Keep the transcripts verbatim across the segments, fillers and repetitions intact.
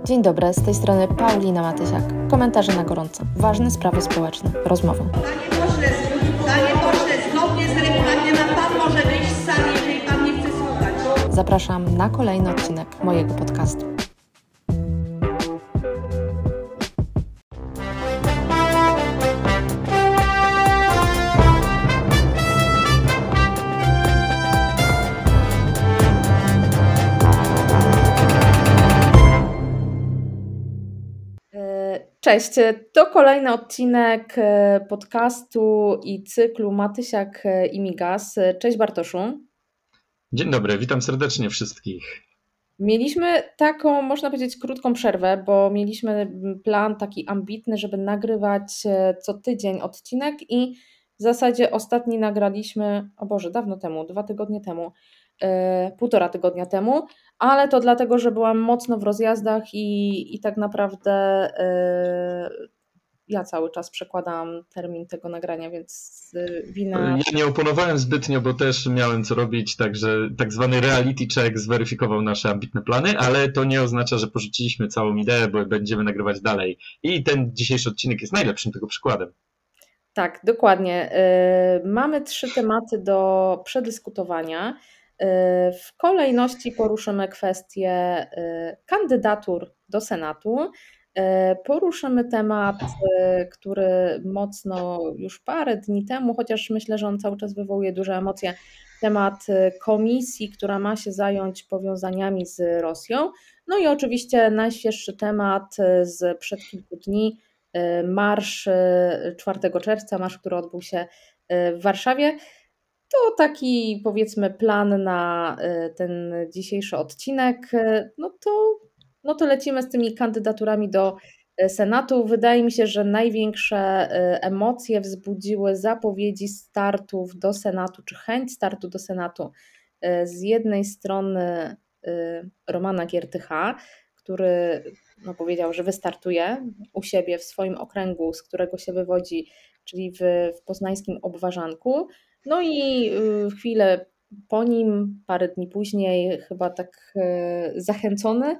Dzień dobry, z tej strony Paulina Matysiak. Komentarze na gorąco. Ważne sprawy społeczne. Rozmowa. Panie pośle, panie pośle, zgodnie z regulaminem pan może wyjść z sali, jeżeli pan nie chce słuchać. Zapraszam na kolejny odcinek mojego podcastu. Cześć, to kolejny odcinek podcastu i cyklu Matysiak i Migas. Cześć Bartoszu. Dzień dobry, witam serdecznie wszystkich. Mieliśmy taką, można powiedzieć, krótką przerwę, bo mieliśmy plan taki ambitny, żeby nagrywać co tydzień odcinek i w zasadzie ostatni nagraliśmy, o Boże, dawno temu, dwa tygodnie temu, yy, półtora tygodnia temu, ale to dlatego, że byłam mocno w rozjazdach i, i tak naprawdę yy, ja cały czas przekładam termin tego nagrania, więc wina... Ja nie oponowałem zbytnio, bo też miałem co robić, także tak zwany reality check zweryfikował nasze ambitne plany, ale to nie oznacza, że porzuciliśmy całą ideę, bo będziemy nagrywać dalej. I ten dzisiejszy odcinek jest najlepszym tego przykładem. Tak, dokładnie. Mamy trzy tematy do przedyskutowania. W kolejności poruszymy kwestię kandydatur do Senatu. Poruszymy temat, który mocno już parę dni temu, chociaż myślę, że on cały czas wywołuje duże emocje, temat komisji, która ma się zająć powiązaniami z Rosją. No i oczywiście najświeższy temat z przed kilku dni, marsz czwartego czerwca, marsz, który odbył się w Warszawie. To taki, powiedzmy, plan na ten dzisiejszy odcinek. No to, no to lecimy z tymi kandydaturami do Senatu. Wydaje mi się, że największe emocje wzbudziły zapowiedzi startów do Senatu, czy chęć startu do Senatu z jednej strony Romana Giertycha, który no, powiedział, że wystartuje u siebie w swoim okręgu, z którego się wywodzi, czyli w, w poznańskim Obwarzanku. No i chwilę po nim, parę dni później, chyba tak zachęcony,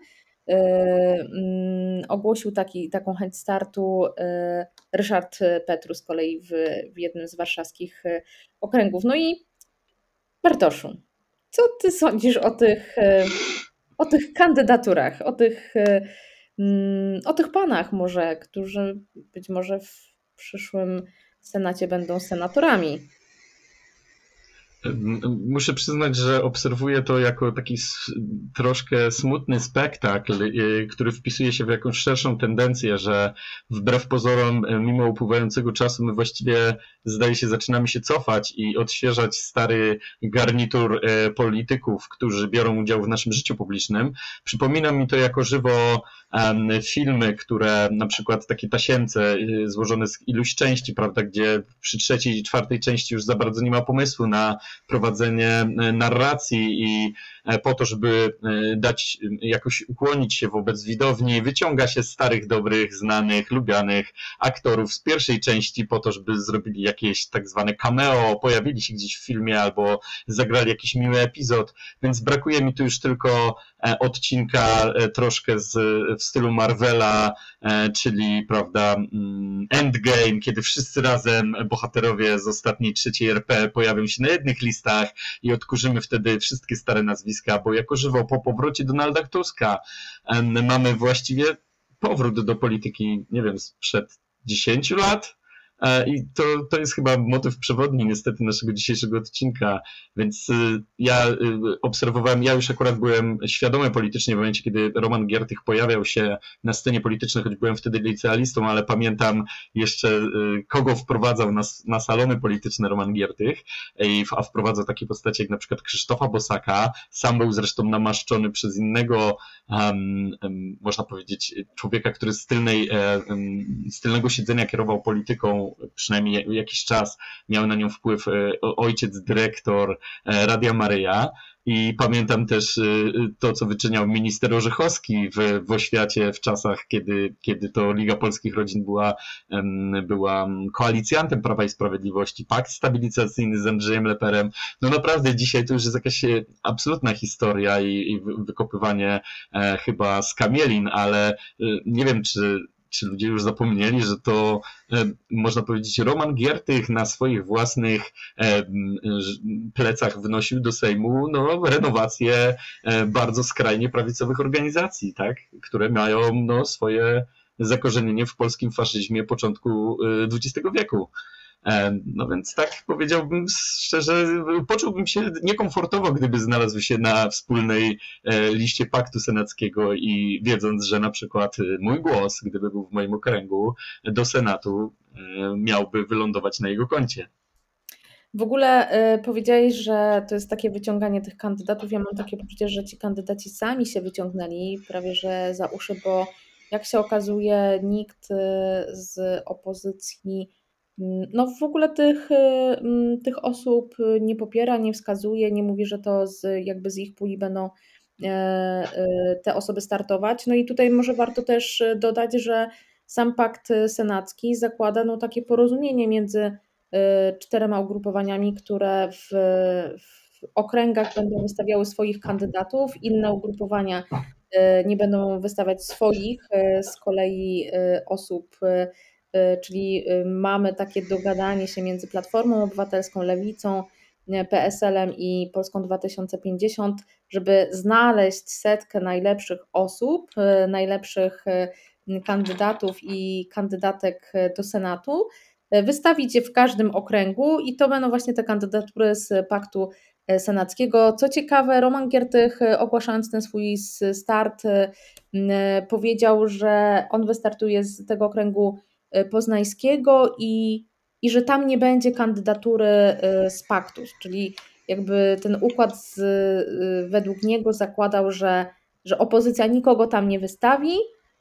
ogłosił taki, taką chęć startu Ryszard Petru z kolei w, w jednym z warszawskich okręgów. No i Bartoszu, co ty sądzisz o tych, o tych kandydaturach, o tych, o tych panach może, którzy być może w przyszłym Senacie będą senatorami? Muszę przyznać, że obserwuję to jako taki troszkę smutny spektakl, który wpisuje się w jakąś szerszą tendencję, że wbrew pozorom, mimo upływającego czasu, my właściwie, zdaje się, zaczynamy się cofać i odświeżać stary garnitur polityków, którzy biorą udział w naszym życiu publicznym. Przypomina mi to jako żywo filmy, które na przykład takie tasiemce złożone z iluś części, prawda, gdzie przy trzeciej i czwartej części już za bardzo nie ma pomysłu na prowadzenie narracji i po to, żeby dać jakoś ukłonić się wobec widowni, wyciąga się starych, dobrych, znanych, lubianych aktorów z pierwszej części po to, żeby zrobili jakieś tak zwane cameo, pojawili się gdzieś w filmie albo zagrali jakiś miły epizod, więc brakuje mi tu już tylko odcinka troszkę z, w stylu Marvela, czyli, prawda, Endgame, kiedy wszyscy razem bohaterowie z ostatniej trzeciej R P pojawią się na jednych listach i odkurzymy wtedy wszystkie stare nazwiska, bo jako żywo po powrocie Donalda Tuska mamy właściwie powrót do polityki, nie wiem, sprzed dziesięciu lat. I to, to jest chyba motyw przewodni niestety naszego dzisiejszego odcinka, więc ja obserwowałem, ja już akurat byłem świadomy politycznie w momencie, kiedy Roman Giertych pojawiał się na scenie politycznej, choć byłem wtedy licealistą, ale pamiętam jeszcze kogo wprowadzał na, na salony polityczne Roman Giertych, a wprowadzał takie postacie jak na przykład Krzysztofa Bosaka, sam był zresztą namaszczony przez innego, um, um, można powiedzieć, człowieka, który z, tylnej, um, z tylnego siedzenia kierował polityką, przynajmniej jakiś czas miał na nią wpływ ojciec dyrektor Radia Maryja. I pamiętam też to, co wyczyniał minister Orzechowski w, w Oświacie w czasach, kiedy, kiedy to Liga Polskich Rodzin była, była koalicjantem Prawa i Sprawiedliwości, pakt stabilizacyjny z Andrzejem Leperem. No naprawdę dzisiaj to już jest jakaś absolutna historia i, i wykopywanie e, chyba z kamielin, ale e, nie wiem, czy czy ludzie już zapomnieli, że to e, można powiedzieć Roman Giertych na swoich własnych e, plecach wnosił do Sejmu no, renowację e, bardzo skrajnie prawicowych organizacji, tak, które mają no, swoje zakorzenienie w polskim faszyzmie początku dwudziestego wieku. No więc tak powiedziałbym szczerze, poczułbym się niekomfortowo, gdyby znalazł się na wspólnej liście paktu senackiego i wiedząc, że na przykład mój głos, gdyby był w moim okręgu do Senatu, miałby wylądować na jego koncie. W ogóle y, powiedziałeś, że to jest takie wyciąganie tych kandydatów. Ja mam takie poczucie, że ci kandydaci sami się wyciągnęli prawie że za uszy, bo jak się okazuje, nikt y, z opozycji no w ogóle tych, y, tych osób nie popiera, nie wskazuje, nie mówi, że to z, jakby z ich puli będą y, y, te osoby startować. No i tutaj może warto też dodać, że sam pakt senacki zakłada no, takie porozumienie między czterema ugrupowaniami, które w, w okręgach będą wystawiały swoich kandydatów, inne ugrupowania nie będą wystawiać swoich z kolei osób, czyli mamy takie dogadanie się między Platformą Obywatelską, Lewicą, P S L-em i Polską dwa tysiące pięćdziesiąt, żeby znaleźć setkę najlepszych osób, najlepszych kandydatów i kandydatek do Senatu, wystawić je w każdym okręgu i to będą właśnie te kandydatury z paktu senackiego. Co ciekawe, Roman Giertych, ogłaszając ten swój start, powiedział, że on wystartuje z tego okręgu poznańskiego i, i że tam nie będzie kandydatury z paktu, czyli jakby ten układ z, według niego zakładał, że, że opozycja nikogo tam nie wystawi,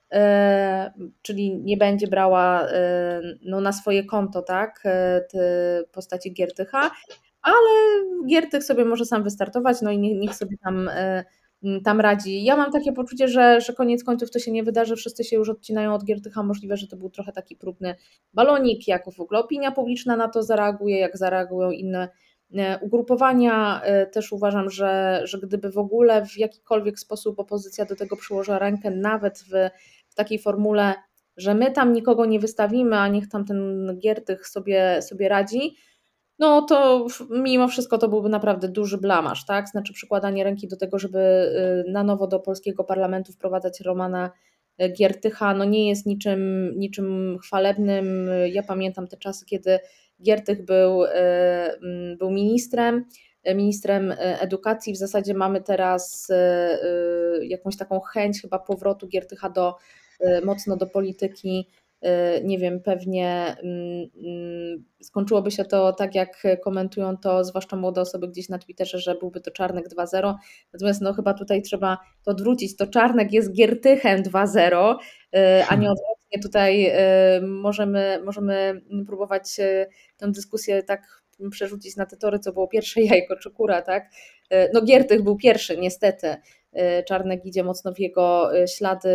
czyli nie będzie brała no, na swoje konto, tak, te postaci Giertycha, ale Giertych sobie może sam wystartować, no i niech sobie tam, tam radzi. Ja mam takie poczucie, że, że koniec końców to się nie wydarzy, wszyscy się już odcinają od Giertycha, możliwe, że to był trochę taki próbny balonik, jak w ogóle opinia publiczna na to zareaguje, jak zareagują inne ugrupowania. Też uważam, że, że gdyby w ogóle w jakikolwiek sposób opozycja do tego przyłożyła rękę, nawet w, w takiej formule, że my tam nikogo nie wystawimy, a niech tam ten Giertych sobie, sobie radzi, no to mimo wszystko to byłby naprawdę duży blamaż, tak? Znaczy przykładanie ręki do tego, żeby na nowo do polskiego parlamentu wprowadzać Romana Giertycha, no nie jest niczym, niczym chwalebnym. Ja pamiętam te czasy, kiedy Giertych był, był ministrem, ministrem edukacji. W zasadzie mamy teraz jakąś taką chęć chyba powrotu Giertycha do, mocno do polityki. Nie wiem, pewnie skończyłoby się to tak, jak komentują to zwłaszcza młode osoby gdzieś na Twitterze, że byłby to Czarnek dwa zero. Natomiast no chyba tutaj trzeba to odwrócić. To Czarnek jest Giertychem dwa zero, a nie odwrotnie. Tutaj możemy, możemy próbować tę dyskusję tak przerzucić na te tory, co było pierwsze jajko czy kura, tak? No Giertych był pierwszy, niestety. Czarnek idzie mocno w jego ślady.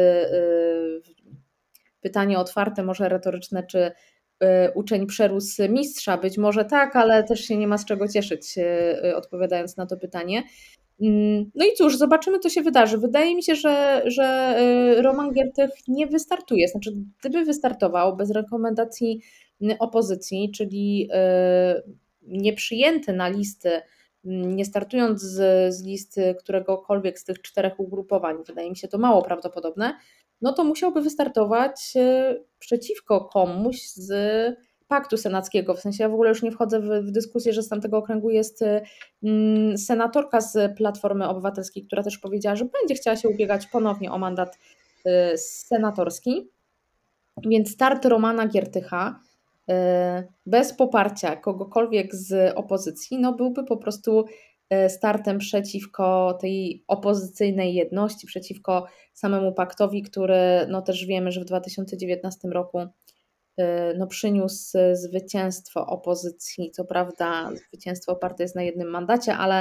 Pytanie otwarte, może retoryczne, czy uczeń przerósł mistrza? Być może tak, ale też się nie ma z czego cieszyć, odpowiadając na to pytanie. No i cóż, zobaczymy, co się wydarzy. Wydaje mi się, że, że Roman Giertych nie wystartuje. Znaczy, gdyby wystartował bez rekomendacji opozycji, czyli nieprzyjęty na listy, nie startując z, z listy któregokolwiek z tych czterech ugrupowań, wydaje mi się to mało prawdopodobne, no to musiałby wystartować przeciwko komuś z paktu senackiego. W sensie ja w ogóle już nie wchodzę w, w dyskusję, że z tamtego okręgu jest mm, senatorka z Platformy Obywatelskiej, która też powiedziała, że będzie chciała się ubiegać ponownie o mandat y, senatorski. Więc start Romana Giertycha y, bez poparcia kogokolwiek z opozycji, no byłby po prostu startem przeciwko tej opozycyjnej jedności, przeciwko samemu paktowi, który no też wiemy, że w dwa tysiące dziewiętnastym roku no przyniósł zwycięstwo opozycji. Co prawda zwycięstwo oparte jest na jednym mandacie, ale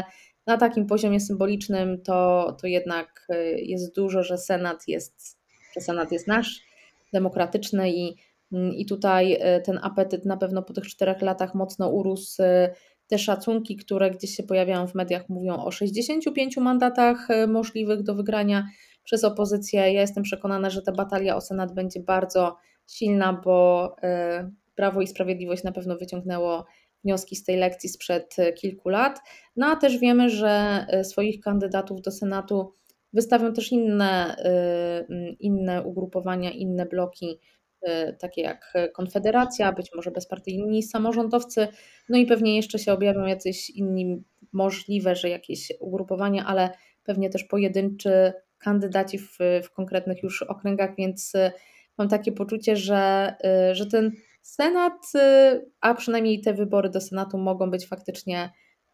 na takim poziomie symbolicznym to, to jednak jest dużo, że Senat jest, że Senat jest nasz, demokratyczny i, i tutaj ten apetyt na pewno po tych czterech latach mocno urósł. Te szacunki, które gdzieś się pojawiają w mediach, mówią o sześćdziesięciu pięciu mandatach możliwych do wygrania przez opozycję. Ja jestem przekonana, że ta batalia o Senat będzie bardzo silna, bo Prawo i Sprawiedliwość na pewno wyciągnęło wnioski z tej lekcji sprzed kilku lat. No a też wiemy, że swoich kandydatów do Senatu wystawią też inne, inne ugrupowania, inne bloki, takie jak Konfederacja, być może bezpartyjni samorządowcy, no i pewnie jeszcze się objawią jacyś inni, możliwe, że jakieś ugrupowania, ale pewnie też pojedynczy kandydaci w, w konkretnych już okręgach, więc mam takie poczucie, że, że ten Senat, a przynajmniej te wybory do Senatu mogą być faktycznie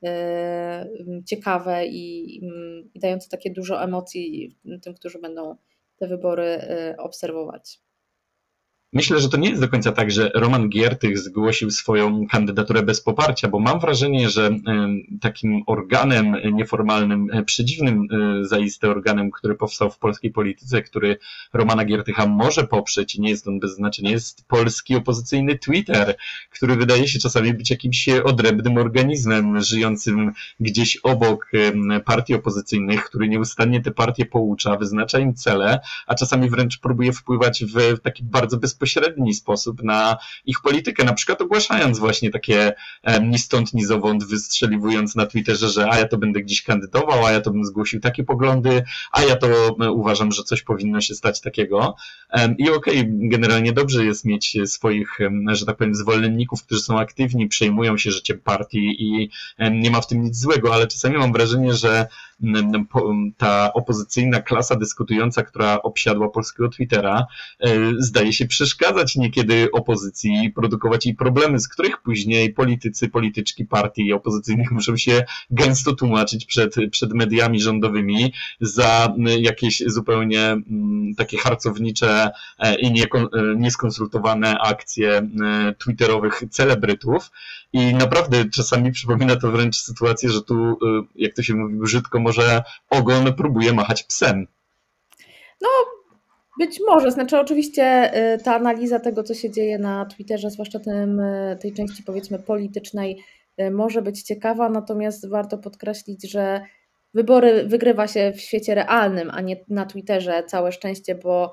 ciekawe i, i dające takie dużo emocji tym, którzy będą te wybory obserwować. Myślę, że to nie jest do końca tak, że Roman Giertych zgłosił swoją kandydaturę bez poparcia, bo mam wrażenie, że takim organem nieformalnym, przedziwnym zaiste organem, który powstał w polskiej polityce, który Romana Giertycha może poprzeć i nie jest on bez znaczenia, jest polski opozycyjny Twitter, który wydaje się czasami być jakimś odrębnym organizmem żyjącym gdzieś obok partii opozycyjnych, który nieustannie te partie poucza, wyznacza im cele, a czasami wręcz próbuje wpływać w taki bardzo bezpośredni pośredni sposób na ich politykę, na przykład ogłaszając właśnie takie ni stąd, ni zowąd, wystrzeliwując na Twitterze, że a ja to będę gdzieś kandydował, a ja to bym zgłosił takie poglądy, a ja to uważam, że coś powinno się stać takiego. I okej, okay, generalnie dobrze jest mieć swoich, że tak powiem, zwolenników, którzy są aktywni, przejmują się życiem partii i nie ma w tym nic złego, ale czasami mam wrażenie, że ta opozycyjna klasa dyskutująca, która obsiadła polskiego Twittera, zdaje się przeszkadzać niekiedy opozycji, produkować jej problemy, z których później politycy, polityczki partii opozycyjnych muszą się gęsto tłumaczyć przed, przed mediami rządowymi za jakieś zupełnie takie harcownicze i nieskonsultowane akcje twitterowych celebrytów. I naprawdę czasami przypomina to wręcz sytuację, że tu, jak to się mówi brzydko, może ogon próbuje machać psem. No, być może. Znaczy oczywiście ta analiza tego, co się dzieje na Twitterze, zwłaszcza tym, tej części powiedzmy politycznej, może być ciekawa, natomiast warto podkreślić, że wybory wygrywa się w świecie realnym, a nie na Twitterze, całe szczęście, bo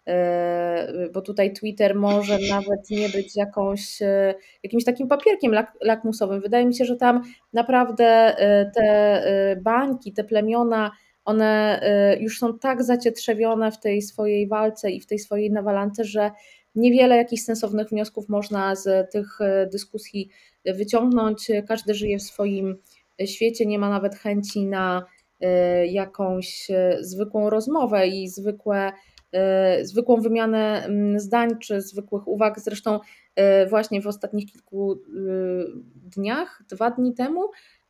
bo tutaj Twitter może nawet nie być jakąś, jakimś takim papierkiem lak, lakmusowym. Wydaje mi się, że tam naprawdę te bańki, te plemiona, one już są tak zacietrzewione w tej swojej walce i w tej swojej nawalance, że niewiele jakichś sensownych wniosków można z tych dyskusji wyciągnąć. Każdy żyje w swoim świecie, nie ma nawet chęci na jakąś zwykłą rozmowę i zwykłe zwykłą wymianę zdań czy zwykłych uwag. Zresztą właśnie w ostatnich kilku dniach, dwa dni temu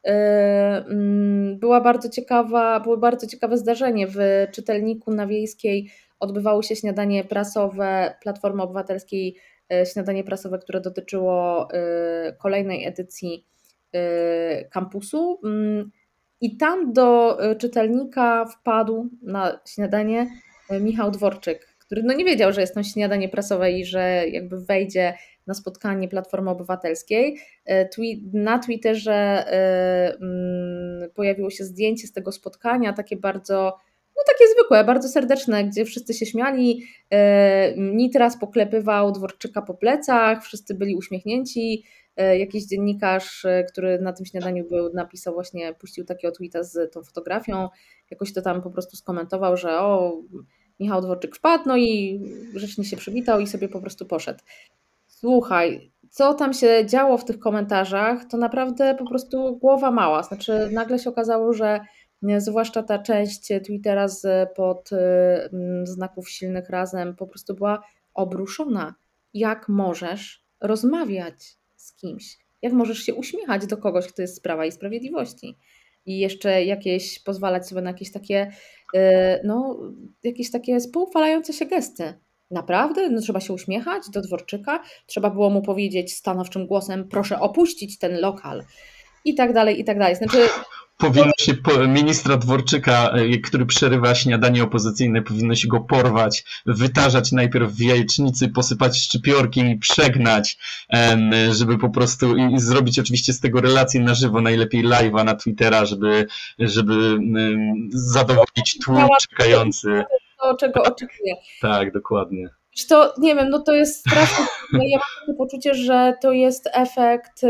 była bardzo ciekawa, było bardzo ciekawe zdarzenie. W Czytelniku na Wiejskiej odbywało się śniadanie prasowe Platformy Obywatelskiej, śniadanie prasowe, które dotyczyło kolejnej edycji kampusu i tam do Czytelnika wpadł na śniadanie Michał Dworczyk, który no nie wiedział, że jest to śniadanie prasowe i że jakby wejdzie na spotkanie Platformy Obywatelskiej. Na Twitterze pojawiło się zdjęcie z tego spotkania, takie bardzo, no takie zwykłe, bardzo serdeczne, gdzie wszyscy się śmiali. Nitras poklepywał Dworczyka po plecach, wszyscy byli uśmiechnięci. Jakiś dziennikarz, który na tym śniadaniu był, napisał właśnie, puścił takiego tweeta z tą fotografią, jakoś to tam po prostu skomentował, że o, Michał Dworczyk wpadł, no i grzecznie się przywitał i sobie po prostu poszedł. Słuchaj, co tam się działo w tych komentarzach, to naprawdę po prostu głowa mała. Znaczy nagle się okazało, że zwłaszcza ta część Twittera z pod znaków silnych razem po prostu była obruszona. Jak możesz rozmawiać z kimś? Jak możesz się uśmiechać do kogoś, kto jest z Prawa i Sprawiedliwości? I jeszcze jakieś, pozwalać sobie na jakieś takie, no, jakieś takie współuchwalające się gesty. Naprawdę? No, trzeba się uśmiechać do Dworczyka? Trzeba było mu powiedzieć stanowczym głosem, proszę opuścić ten lokal. I tak dalej, i tak dalej. Znaczy, powinno się po, ministra Dworczyka, który przerywa śniadanie opozycyjne, powinno się go porwać, wytarzać najpierw w jajecznicy, posypać szczypiorkiem i przegnać, żeby po prostu i zrobić oczywiście z tego relację na żywo, najlepiej live'a na Twittera, żeby, żeby zadowolić tłum czekający. To, czego oczekuję. Tak, dokładnie. To, nie wiem, no to jest strasznie, ja mam takie poczucie, że to jest efekt,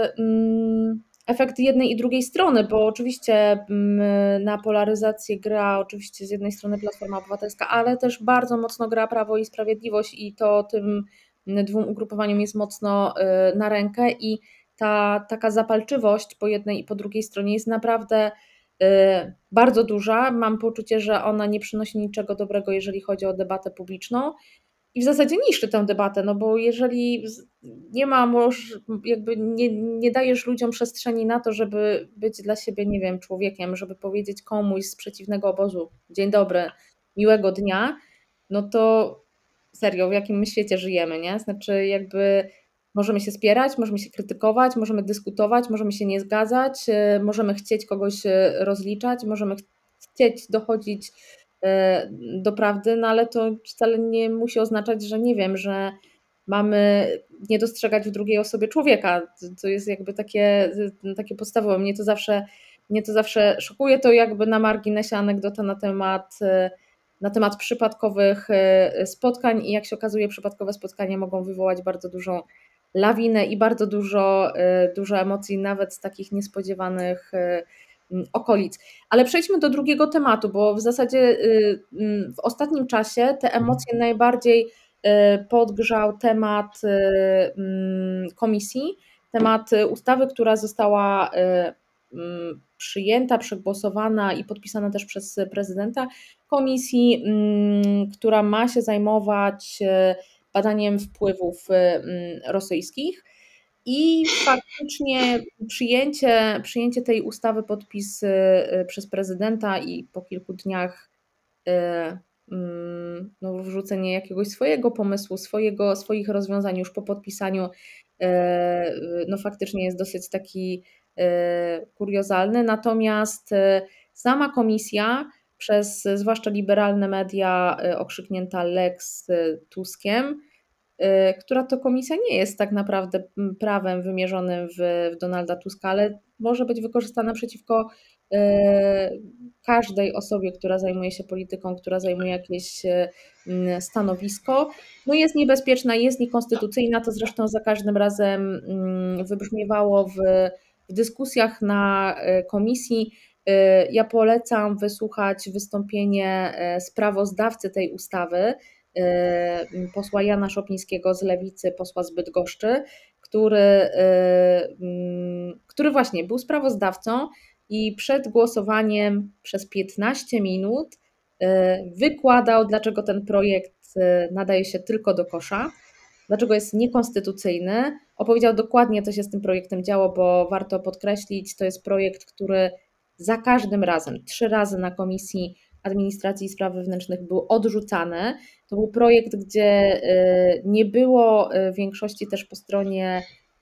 efekt jednej i drugiej strony, bo oczywiście na polaryzację gra oczywiście z jednej strony Platforma Obywatelska, ale też bardzo mocno gra Prawo i Sprawiedliwość i to tym dwóm ugrupowaniom jest mocno na rękę i ta taka zapalczywość po jednej i po drugiej stronie jest naprawdę bardzo duża. Mam poczucie, że ona nie przynosi niczego dobrego, jeżeli chodzi o debatę publiczną i w zasadzie niszczy tę debatę, no bo jeżeli nie ma, moż, jakby nie, nie dajesz ludziom przestrzeni na to, żeby być dla siebie, nie wiem, człowiekiem, żeby powiedzieć komuś z przeciwnego obozu dzień dobry, miłego dnia, no to serio, w jakim my świecie żyjemy, nie? Znaczy jakby możemy się spierać, możemy się krytykować, możemy dyskutować, możemy się nie zgadzać, możemy chcieć kogoś rozliczać, możemy chcieć dochodzić do prawdy, no ale to wcale nie musi oznaczać, że nie wiem, że mamy nie dostrzegać w drugiej osobie człowieka. To jest jakby takie, takie podstawowe. Mnie to zawsze, mnie to zawsze szokuje. To jakby na marginesie anegdota na temat, na temat przypadkowych spotkań i jak się okazuje, przypadkowe spotkania mogą wywołać bardzo dużą lawinę i bardzo dużo, dużo emocji, nawet z takich niespodziewanych okolic. Ale przejdźmy do drugiego tematu, bo w zasadzie w ostatnim czasie te emocje najbardziej podgrzał temat komisji, temat ustawy, która została przyjęta, przegłosowana i podpisana też przez prezydenta komisji, która ma się zajmować badaniem wpływów rosyjskich. I faktycznie przyjęcie, przyjęcie tej ustawy, podpis przez prezydenta i po kilku dniach no, wrzucenie jakiegoś swojego pomysłu, swojego, swoich rozwiązań już po podpisaniu, no faktycznie jest dosyć taki kuriozalny. Natomiast sama komisja przez zwłaszcza liberalne media okrzyknięta Lex Tuskiem, która to komisja nie jest tak naprawdę prawem wymierzonym w, w Donalda Tuska, ale może być wykorzystana przeciwko każdej osobie, która zajmuje się polityką, która zajmuje jakieś stanowisko. No jest niebezpieczna, jest niekonstytucyjna, to zresztą za każdym razem wybrzmiewało w, w dyskusjach na komisji. Ja polecam wysłuchać wystąpienie sprawozdawcy tej ustawy, posła Jana Szopińskiego z Lewicy, posła z Bydgoszczy, który, który właśnie był sprawozdawcą i przed głosowaniem przez piętnaście minut wykładał, dlaczego ten projekt nadaje się tylko do kosza, dlaczego jest niekonstytucyjny. Opowiedział dokładnie, co się z tym projektem działo, bo warto podkreślić, to jest projekt, który za każdym razem, trzy razy na Komisji Administracji i Spraw Wewnętrznych był odrzucany. To był projekt, gdzie nie było większości też po stronie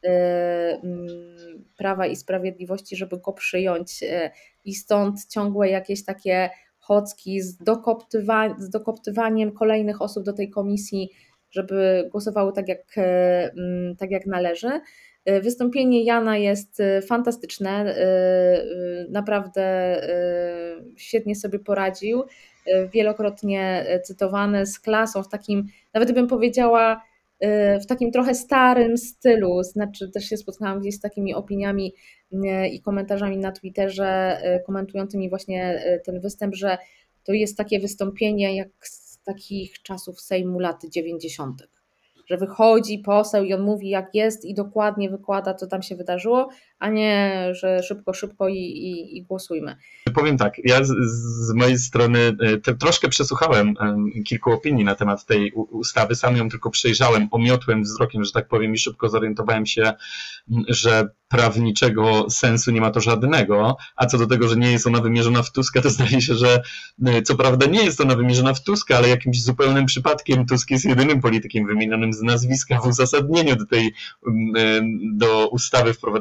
Prawa i Sprawiedliwości, żeby go przyjąć i stąd ciągłe jakieś takie chocki z, dokoptywa- z dokoptywaniem kolejnych osób do tej komisji, żeby głosowały tak jak, tak jak należy. Wystąpienie Jana jest fantastyczne, naprawdę świetnie sobie poradził, wielokrotnie cytowany, z klasą, w takim, nawet bym powiedziała, w takim trochę starym stylu, znaczy też się spotkałam gdzieś z takimi opiniami i komentarzami na Twitterze komentującymi właśnie ten występ, że to jest takie wystąpienie jak z takich czasów Sejmu lat dziewięćdziesiątych. Że wychodzi poseł i on mówi jak jest i dokładnie wykłada, co tam się wydarzyło, a nie, że szybko, szybko i, i, i głosujmy. Powiem tak, ja z, z mojej strony te, troszkę przesłuchałem kilku opinii na temat tej ustawy, sam ją tylko przejrzałem, omiotłem wzrokiem, że tak powiem, i szybko zorientowałem się, że prawniczego sensu nie ma to żadnego, a co do tego, że nie jest ona wymierzona w Tuska, to zdaje się, że co prawda nie jest ona wymierzona w Tuska, ale jakimś zupełnym przypadkiem Tusk jest jedynym politykiem wymienionym z nazwiska w uzasadnieniu do tej do ustawy wprowadzającej tej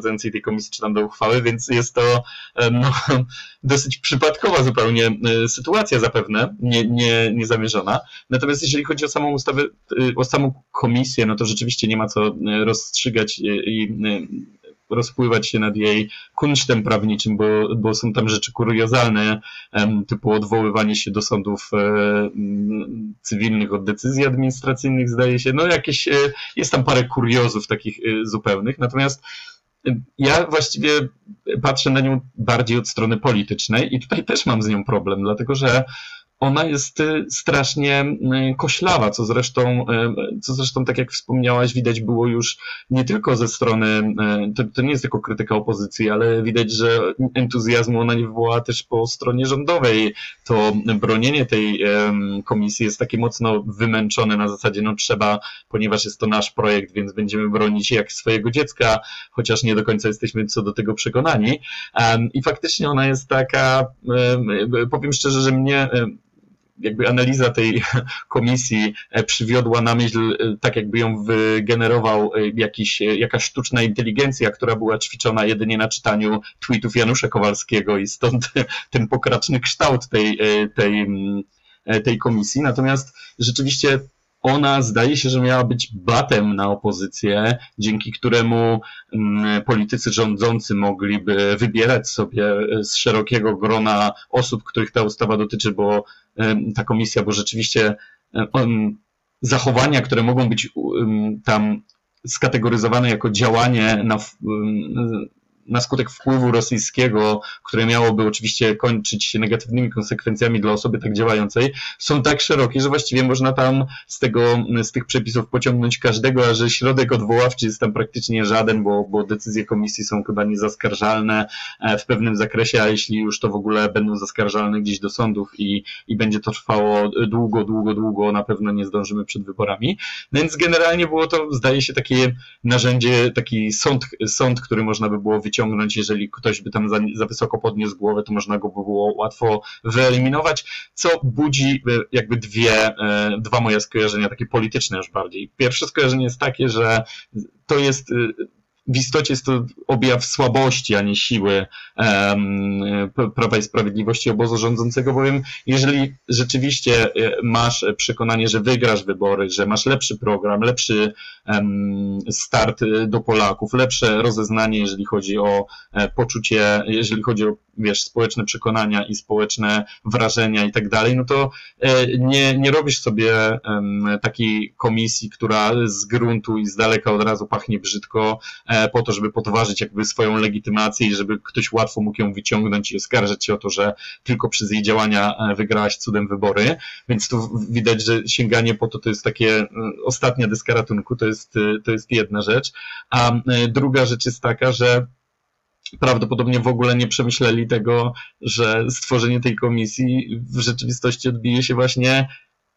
komisji czy tam do uchwały, więc jest to no, dosyć przypadkowa zupełnie sytuacja zapewne, nie, nie, niezamierzona. Natomiast jeżeli chodzi o samą ustawę, o samą komisję, no to rzeczywiście nie ma co rozstrzygać i rozpływać się nad jej kunsztem prawniczym, bo, bo są tam rzeczy kuriozalne, typu odwoływanie się do sądów cywilnych od decyzji administracyjnych, zdaje się. No jakieś, jest tam parę kuriozów takich zupełnych, natomiast ja właściwie patrzę na nią bardziej od strony politycznej i tutaj też mam z nią problem, dlatego że ona jest strasznie koślawa, co zresztą, co zresztą, tak jak wspomniałaś, widać było już nie tylko ze strony, to, to nie jest tylko krytyka opozycji, ale widać, że entuzjazmu ona nie wywołała też po stronie rządowej. To bronienie tej komisji jest takie mocno wymęczone na zasadzie, no trzeba, ponieważ jest to nasz projekt, więc będziemy bronić jak swojego dziecka, chociaż nie do końca jesteśmy co do tego przekonani. I faktycznie ona jest taka, powiem szczerze, że mnie jakby analiza tej komisji przywiodła na myśl, tak jakby ją wygenerował jakiś, jakaś sztuczna inteligencja, która była ćwiczona jedynie na czytaniu tweetów Janusza Kowalskiego i stąd ten pokraczny kształt tej, tej, tej komisji. Natomiast rzeczywiście ona zdaje się, że miała być batem na opozycję, dzięki któremu politycy rządzący mogliby wybierać sobie z szerokiego grona osób, których ta ustawa dotyczy, bo ta komisja, bo rzeczywiście zachowania, które mogą być tam skategoryzowane jako działanie na, na skutek wpływu rosyjskiego, które miałoby oczywiście kończyć się negatywnymi konsekwencjami dla osoby tak działającej, są tak szerokie, że właściwie można tam z tego, z tych przepisów pociągnąć każdego, a że środek odwoławczy jest tam praktycznie żaden, bo, bo decyzje komisji są chyba niezaskarżalne w pewnym zakresie, a jeśli już to w ogóle będą zaskarżalne gdzieś do sądów i, i będzie to trwało długo, długo, długo, na pewno nie zdążymy przed wyborami. Więc generalnie było to, zdaje się, takie narzędzie, taki sąd, sąd, który można by było wyciągnąć, ciągnąć, jeżeli ktoś by tam za, za wysoko podniósł głowę, to można go by było łatwo wyeliminować, co budzi jakby dwie, dwa moje skojarzenia, takie polityczne już bardziej. Pierwsze skojarzenie jest takie, że to jest w istocie jest to objaw słabości, a nie siły um, Prawa i Sprawiedliwości obozu rządzącego, bowiem jeżeli rzeczywiście masz przekonanie, że wygrasz wybory, że masz lepszy program, lepszy um, start do Polaków, lepsze rozeznanie, jeżeli chodzi o poczucie, jeżeli chodzi o, wiesz, społeczne przekonania i społeczne wrażenia i tak dalej, no to nie, nie robisz sobie um, takiej komisji, która z gruntu i z daleka od razu pachnie brzydko, po to, żeby podważyć jakby swoją legitymację i żeby ktoś łatwo mógł ją wyciągnąć i oskarżać się o to, że tylko przez jej działania wygrałaś cudem wybory. Więc tu widać, że sięganie po to to jest takie ostatnia deska ratunku, to jest, to jest jedna rzecz. A druga rzecz jest taka, że prawdopodobnie w ogóle nie przemyśleli tego, że stworzenie tej komisji w rzeczywistości odbije się właśnie.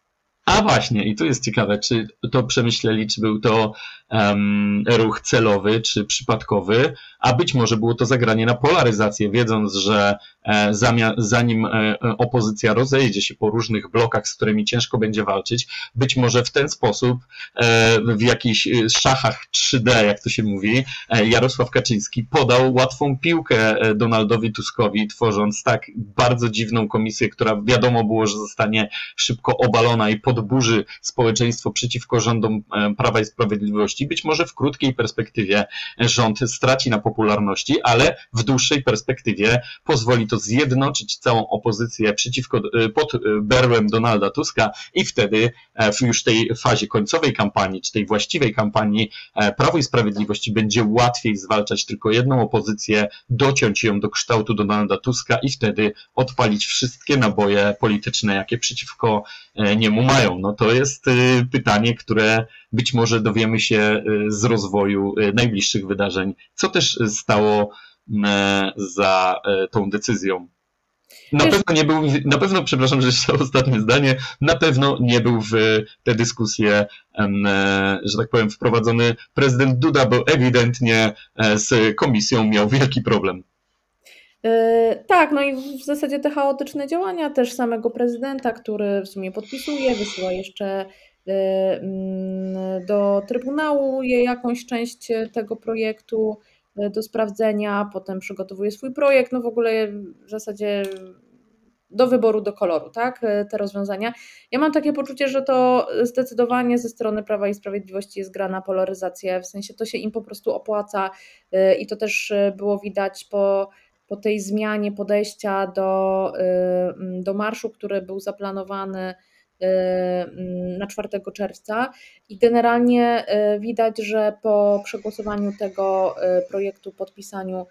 A właśnie, i tu jest ciekawe, czy to przemyśleli, czy był to um, ruch celowy, czy przypadkowy, a być może było to zagranie na polaryzację, wiedząc, że e, zamia, zanim e, opozycja rozejdzie się po różnych blokach, z którymi ciężko będzie walczyć, być może w ten sposób e, w jakichś szachach trzy D, jak to się mówi, e, Jarosław Kaczyński podał łatwą piłkę Donaldowi Tuskowi, tworząc tak bardzo dziwną komisję, która wiadomo było, że zostanie szybko obalona i podburzy społeczeństwo przeciwko rządom Prawa i Sprawiedliwości. Być może w krótkiej perspektywie rząd straci na popularności, ale w dłuższej perspektywie pozwoli to zjednoczyć całą opozycję przeciwko, pod berłem Donalda Tuska i wtedy w już tej fazie końcowej kampanii, czy tej właściwej kampanii Prawo i Sprawiedliwości będzie łatwiej zwalczać tylko jedną opozycję, dociąć ją do kształtu Donalda Tuska i wtedy odpalić wszystkie naboje polityczne, jakie przeciwko niemu mają. No to jest pytanie, które być może dowiemy się z rozwoju najbliższych wydarzeń, co też stało za tą decyzją. Na Wiesz, pewno nie był, na pewno, przepraszam, że jeszcze ostatnie zdanie, na pewno nie był w tę dyskusję, że tak powiem, wprowadzony prezydent Duda, bo ewidentnie z komisją miał wielki problem. Yy, tak, no i w zasadzie te chaotyczne działania też samego prezydenta, który w sumie podpisuje, wysyła jeszcze yy, yy, do Trybunału jakąś część tego projektu, do sprawdzenia, potem przygotowuje swój projekt, no w ogóle w zasadzie do wyboru, do koloru, tak, te rozwiązania. Ja mam takie poczucie, że to zdecydowanie ze strony Prawa i Sprawiedliwości jest gra na polaryzację, w sensie to się im po prostu opłaca i to też było widać po, po tej zmianie podejścia do, do marszu, który był zaplanowany na czwartego czerwca i generalnie widać, że po przegłosowaniu tego projektu, podpisaniu,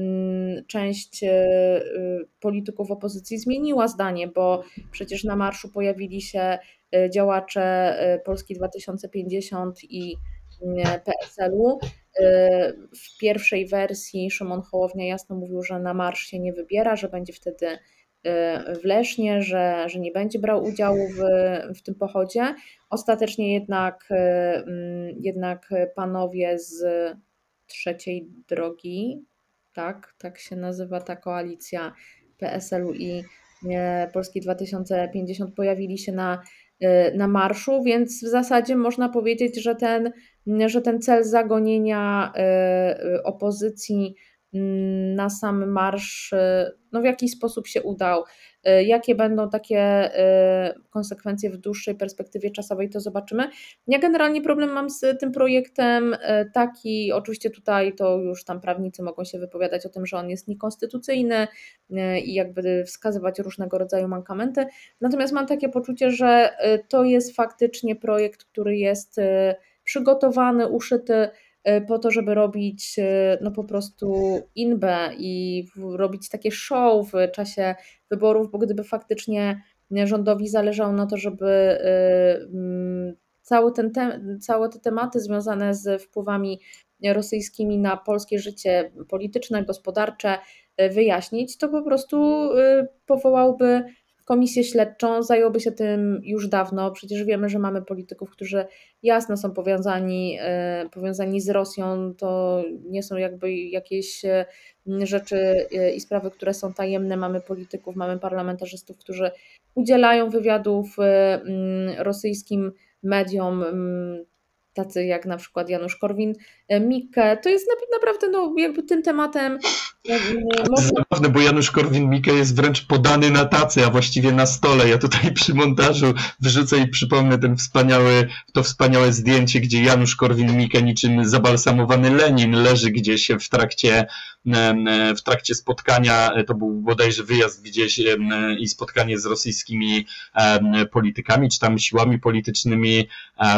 część polityków opozycji zmieniła zdanie, bo przecież na marszu pojawili się działacze Polski dwa tysiące pięćdziesiąt i P S L u. W pierwszej wersji Szymon Hołownia jasno mówił, że na marsz się nie wybiera, że będzie wtedy w Lesznie, że, że nie będzie brał udziału w, w tym pochodzie. Ostatecznie jednak, jednak panowie z Trzeciej Drogi, tak, tak się nazywa ta koalicja P S L u i Polski dwa tysiące pięćdziesiąt, pojawili się na, na marszu, więc w zasadzie można powiedzieć, że ten, że ten cel zagonienia opozycji na sam marsz no w jakiś sposób się udał. Jakie będą takie konsekwencje w dłuższej perspektywie czasowej, to zobaczymy. Ja generalnie problem mam z tym projektem taki, oczywiście tutaj to już tam prawnicy mogą się wypowiadać o tym, że on jest niekonstytucyjny i jakby wskazywać różnego rodzaju mankamenty, natomiast mam takie poczucie, że to jest faktycznie projekt, który jest przygotowany, uszyty po to, żeby robić no po prostu inbę i robić takie show w czasie wyborów, bo gdyby faktycznie rządowi zależało na to, żeby cały ten te, całe te tematy związane z wpływami rosyjskimi na polskie życie polityczne, gospodarcze wyjaśnić, to po prostu powołałby komisję śledczą, zająłby się tym już dawno. Przecież wiemy, że mamy polityków, którzy jasno są powiązani, powiązani z Rosją. To nie są jakby jakieś rzeczy i sprawy, które są tajemne. Mamy polityków, mamy parlamentarzystów, którzy udzielają wywiadów rosyjskim mediom, tacy jak na przykład Janusz Korwin-Mikke. To jest naprawdę no, jakby tym tematem. To jest zabawne, bo Janusz Korwin-Mikke jest wręcz podany na tacy, a właściwie na stole. Ja tutaj przy montażu wrzucę i przypomnę ten wspaniały, to wspaniałe zdjęcie, gdzie Janusz Korwin-Mikke niczym zabalsamowany Lenin leży gdzieś w trakcie, w trakcie spotkania, to był bodajże wyjazd gdzieś i spotkanie z rosyjskimi politykami, czy tam siłami politycznymi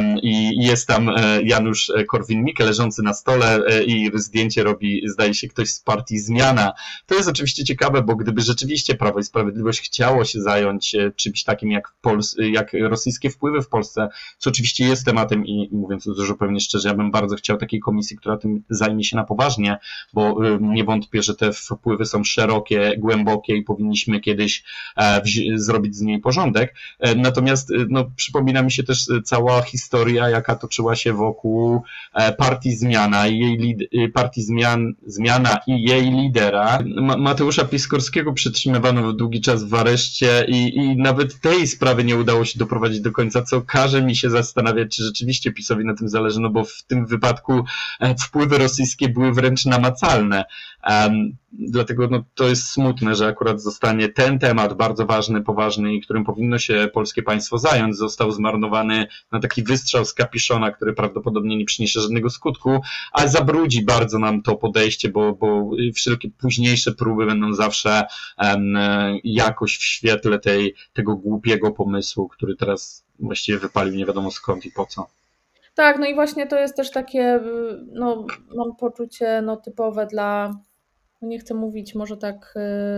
i jest tam Janusz Korwin-Mikke leżący na stole i zdjęcie robi, zdaje się, ktoś z partii Zmiana. To jest oczywiście ciekawe, bo gdyby rzeczywiście Prawo i Sprawiedliwość chciało się zająć czymś takim jak, Pols jak rosyjskie wpływy w Polsce, co oczywiście jest tematem i mówiąc to zupełnie szczerze, ja bym bardzo chciał takiej komisji, która tym zajmie się na poważnie, bo nie wątpię, że te wpływy są szerokie, głębokie i powinniśmy kiedyś zrobić z niej porządek. Natomiast no, przypomina mi się też cała historia, jaka toczyła się wokół partii Zmiana i jej partii Zmian, Zmiana i jej lidera. Mateusza Piskorskiego przetrzymywano długi czas w areszcie i, i nawet tej sprawy nie udało się doprowadzić do końca, co każe mi się zastanawiać, czy rzeczywiście PiS-owi na tym zależy, no bo w tym wypadku wpływy rosyjskie były wręcz namacalne. Um, dlatego no, to jest smutne, że akurat zostanie ten temat bardzo ważny, poważny i którym powinno się polskie państwo zająć, został zmarnowany na taki wystrzał z kapiszona, który prawdopodobnie nie przyniesie żadnego skutku, a zabrudzi bardzo nam to podejście, bo, bo wszelkie późniejsze próby będą zawsze um, jakoś w świetle tej, tego głupiego pomysłu, który teraz właściwie wypalił nie wiadomo skąd i po co. Tak, no i właśnie to jest też takie, no mam poczucie no, typowe dla, no nie chcę mówić może tak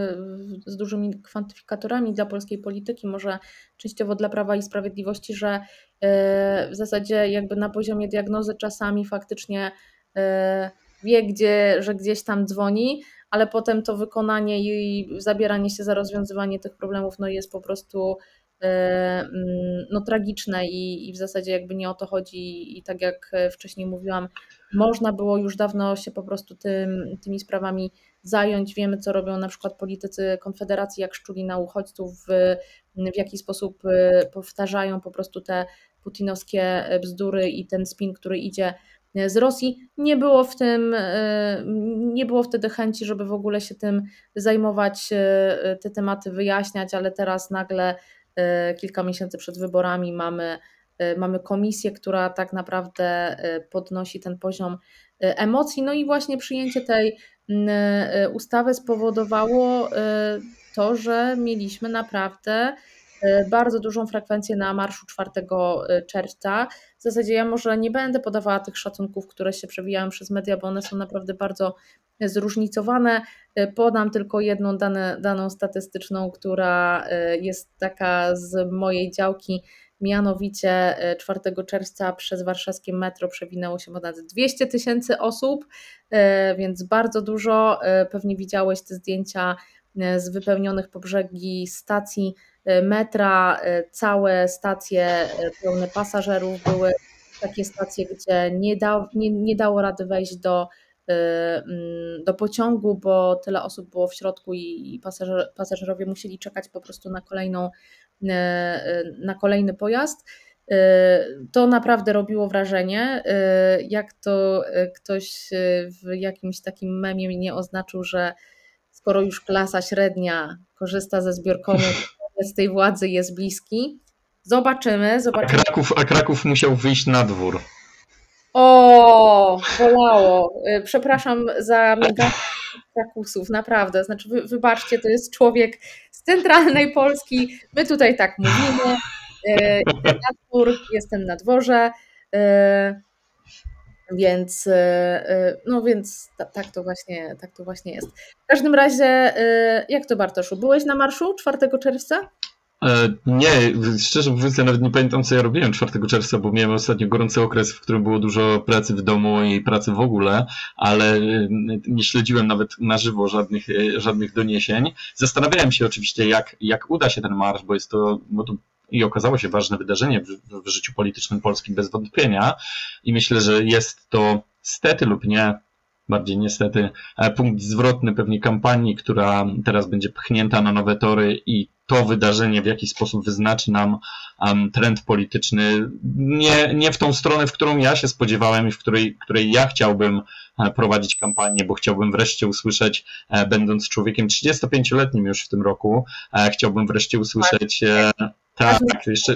z dużymi kwantyfikatorami dla polskiej polityki, może częściowo dla Prawa i Sprawiedliwości, że w zasadzie jakby na poziomie diagnozy czasami faktycznie wie, gdzie, że gdzieś tam dzwoni, ale potem to wykonanie i zabieranie się za rozwiązywanie tych problemów no jest po prostu no, tragiczne i, i w zasadzie jakby nie o to chodzi i tak jak wcześniej mówiłam, można było już dawno się po prostu tym, tymi sprawami zająć. Wiemy, co robią na przykład politycy Konfederacji, jak szczuli na uchodźców, w, w jaki sposób powtarzają po prostu te putinowskie bzdury i ten spin, który idzie z Rosji. Nie było w tym, nie było wtedy chęci, żeby w ogóle się tym zajmować, te tematy wyjaśniać, ale teraz nagle kilka miesięcy przed wyborami mamy, mamy komisję, która tak naprawdę podnosi ten poziom emocji. No i właśnie przyjęcie tej ustawy spowodowało to, że mieliśmy naprawdę bardzo dużą frekwencję na marszu czwartego czerwca. W zasadzie ja może nie będę podawała tych szacunków, które się przewijają przez media, bo one są naprawdę bardzo zróżnicowane. Podam tylko jedną dane, daną statystyczną, która jest taka z mojej działki. Mianowicie czwartego czerwca przez warszawskie metro przewinęło się ponad dwieście tysięcy osób, więc bardzo dużo. Pewnie widziałeś te zdjęcia z wypełnionych po brzegi stacji metra, całe stacje pełne pasażerów, były takie stacje, gdzie nie, da, nie, nie dało rady wejść do, do pociągu, bo tyle osób było w środku i pasażer, pasażerowie musieli czekać po prostu na kolejną, na kolejny pojazd. To naprawdę robiło wrażenie, jak to ktoś w jakimś takim memie nie oznaczył, że skoro już klasa średnia korzysta ze zbiorkomów, z tej władzy jest bliski. Zobaczymy, zobaczymy. A Kraków, a Kraków musiał wyjść na dwór. O, bolało. Przepraszam za miganie Krakusów, naprawdę. Znaczy, wy, wybaczcie, to jest człowiek z centralnej Polski. My tutaj tak mówimy. Jestem na dwór, jestem na dworze. Więc, no więc tak to właśnie, tak to właśnie jest. W każdym razie, jak to, Bartoszu, byłeś na marszu czwartego czerwca? Nie, szczerze mówiąc, ja nawet nie pamiętam, co ja robiłem czwartego czerwca, bo miałem ostatnio gorący okres, w którym było dużo pracy w domu i pracy w ogóle, ale nie śledziłem nawet na żywo żadnych, żadnych doniesień. Zastanawiałem się oczywiście, jak, jak uda się ten marsz, bo jest to, bo to i okazało się ważne wydarzenie w, w życiu politycznym Polski bez wątpienia i myślę, że jest to stety lub nie, bardziej niestety, punkt zwrotny pewnie kampanii, która teraz będzie pchnięta na nowe tory i to wydarzenie w jakiś sposób wyznaczy nam um, trend polityczny nie, nie w tą stronę, w którą ja się spodziewałem i w której, której ja chciałbym prowadzić kampanię, bo chciałbym wreszcie usłyszeć, będąc człowiekiem trzydziestopięcioletnim już w tym roku, chciałbym wreszcie usłyszeć, tak, jeszcze...